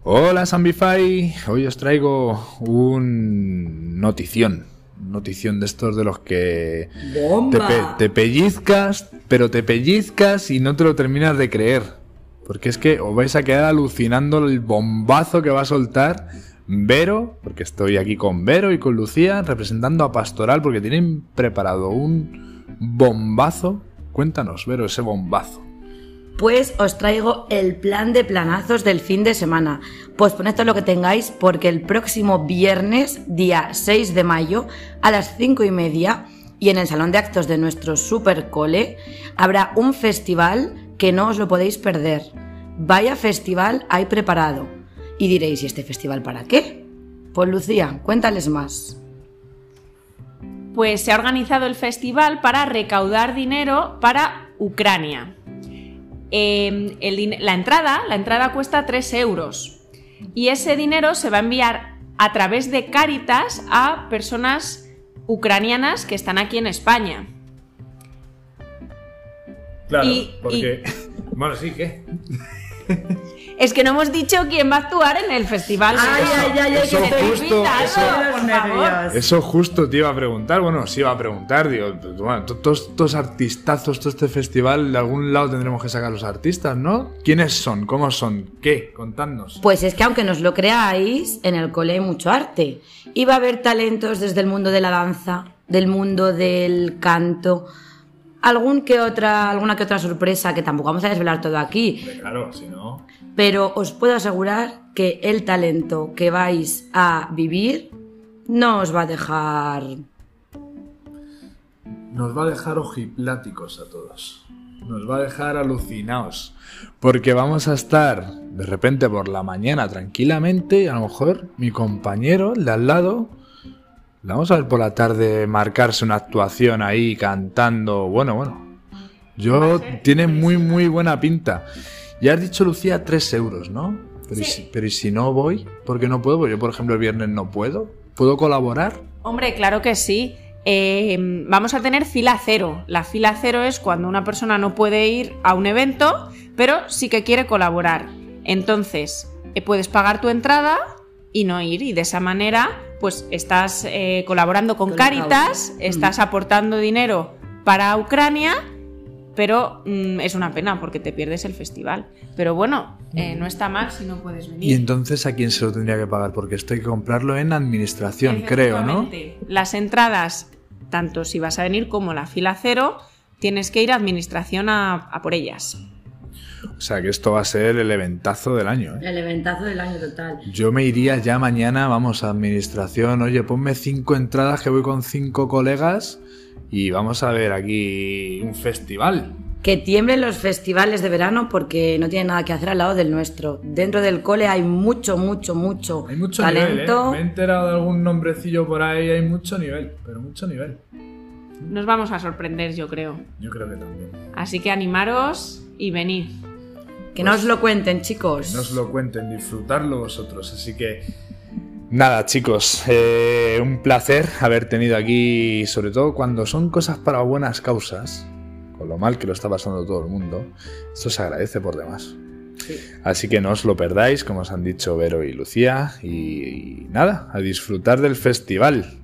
Hola Zambify, hoy os traigo un notición de estos de los que te pellizcas, pero te pellizcas y no te lo terminas de creer, porque es que os vais a quedar alucinando el bombazo que va a soltar Vero, porque estoy aquí con Vero y con Lucía representando a Pastoral, porque tienen preparado un bombazo. Cuéntanos, Vero, ese bombazo. Pues os traigo el plan de planazos del fin de semana. Posponed todo lo que tengáis porque el próximo viernes, día 6 de mayo, a las 5:30, y en el salón de actos de nuestro supercole, habrá un festival que no os lo podéis perder. Vaya festival hay preparado. Y diréis, ¿y este festival para qué? Pues Lucía, cuéntales más. Pues se ha organizado el festival para recaudar dinero para Ucrania. La entrada cuesta 3 euros y ese dinero se va a enviar a través de Cáritas a personas ucranianas que están aquí en España. Claro, porque... Bueno, sí, ¿qué? Es que no hemos dicho quién va a actuar en el festival. Eso justo te iba a preguntar. Bueno, sí iba a preguntar. Digo, bueno, todos estos artistazos, todo este festival, de algún lado tendremos que sacar los artistas, ¿no? ¿Quiénes son? ¿Cómo son? ¿Qué? Contadnos. Pues es que aunque no os lo creáis, en el cole hay mucho arte. Y va a haber talentos desde el mundo de la danza, del mundo del canto, alguna que otra sorpresa que tampoco vamos a desvelar todo aquí. Claro, si no... Pero os puedo asegurar que el talento que vais a vivir no os va a dejar... Nos va a dejar ojipláticos a todos. Nos va a dejar alucinados. Porque vamos a estar de repente por la mañana tranquilamente y a lo mejor mi compañero, el de al lado, le vamos a ver por la tarde marcarse una actuación ahí cantando. Bueno. Tiene muy buena pinta. Ya has dicho, Lucía, 3 euros, ¿no? Pero ¿y si no voy? ¿Por qué no puedo? Porque yo, por ejemplo, el viernes no puedo. ¿Puedo colaborar? Hombre, claro que sí. Vamos a tener fila cero. La fila cero es cuando una persona no puede ir a un evento, pero sí que quiere colaborar. Entonces, puedes pagar tu entrada y no ir. Y de esa manera, pues estás colaborando con Cáritas, estás aportando dinero para Ucrania. Pero es una pena porque te pierdes el festival. Pero bueno, no está mal si no puedes venir. ¿Y entonces a quién se lo tendría que pagar? Porque esto hay que comprarlo en administración, creo, ¿no? Las entradas, tanto si vas a venir como la fila cero, tienes que ir a administración a por ellas. O sea que esto va a ser el eventazo del año, ¿eh? El eventazo del año total. Yo me iría ya mañana, vamos, a administración. Oye, ponme 5 entradas que voy con 5 colegas... Y vamos a ver aquí un festival. Que tiemblen los festivales de verano porque no tienen nada que hacer al lado del nuestro. Dentro del cole hay mucho Hay mucho talento. Nivel, ¿eh? Me he enterado de algún nombrecillo por ahí, hay mucho nivel, pero mucho nivel. Nos vamos a sorprender, yo creo. Yo creo que también. Así que animaros y venid. Que no os lo cuenten, chicos. Que no os lo cuenten, disfrutarlo vosotros. Así que... Nada, chicos, un placer haber tenido aquí, sobre todo cuando son cosas para buenas causas, con lo mal que lo está pasando todo el mundo, esto se agradece por demás. Sí. Así que no os lo perdáis, como os han dicho Vero y Lucía, y nada, a disfrutar del festival.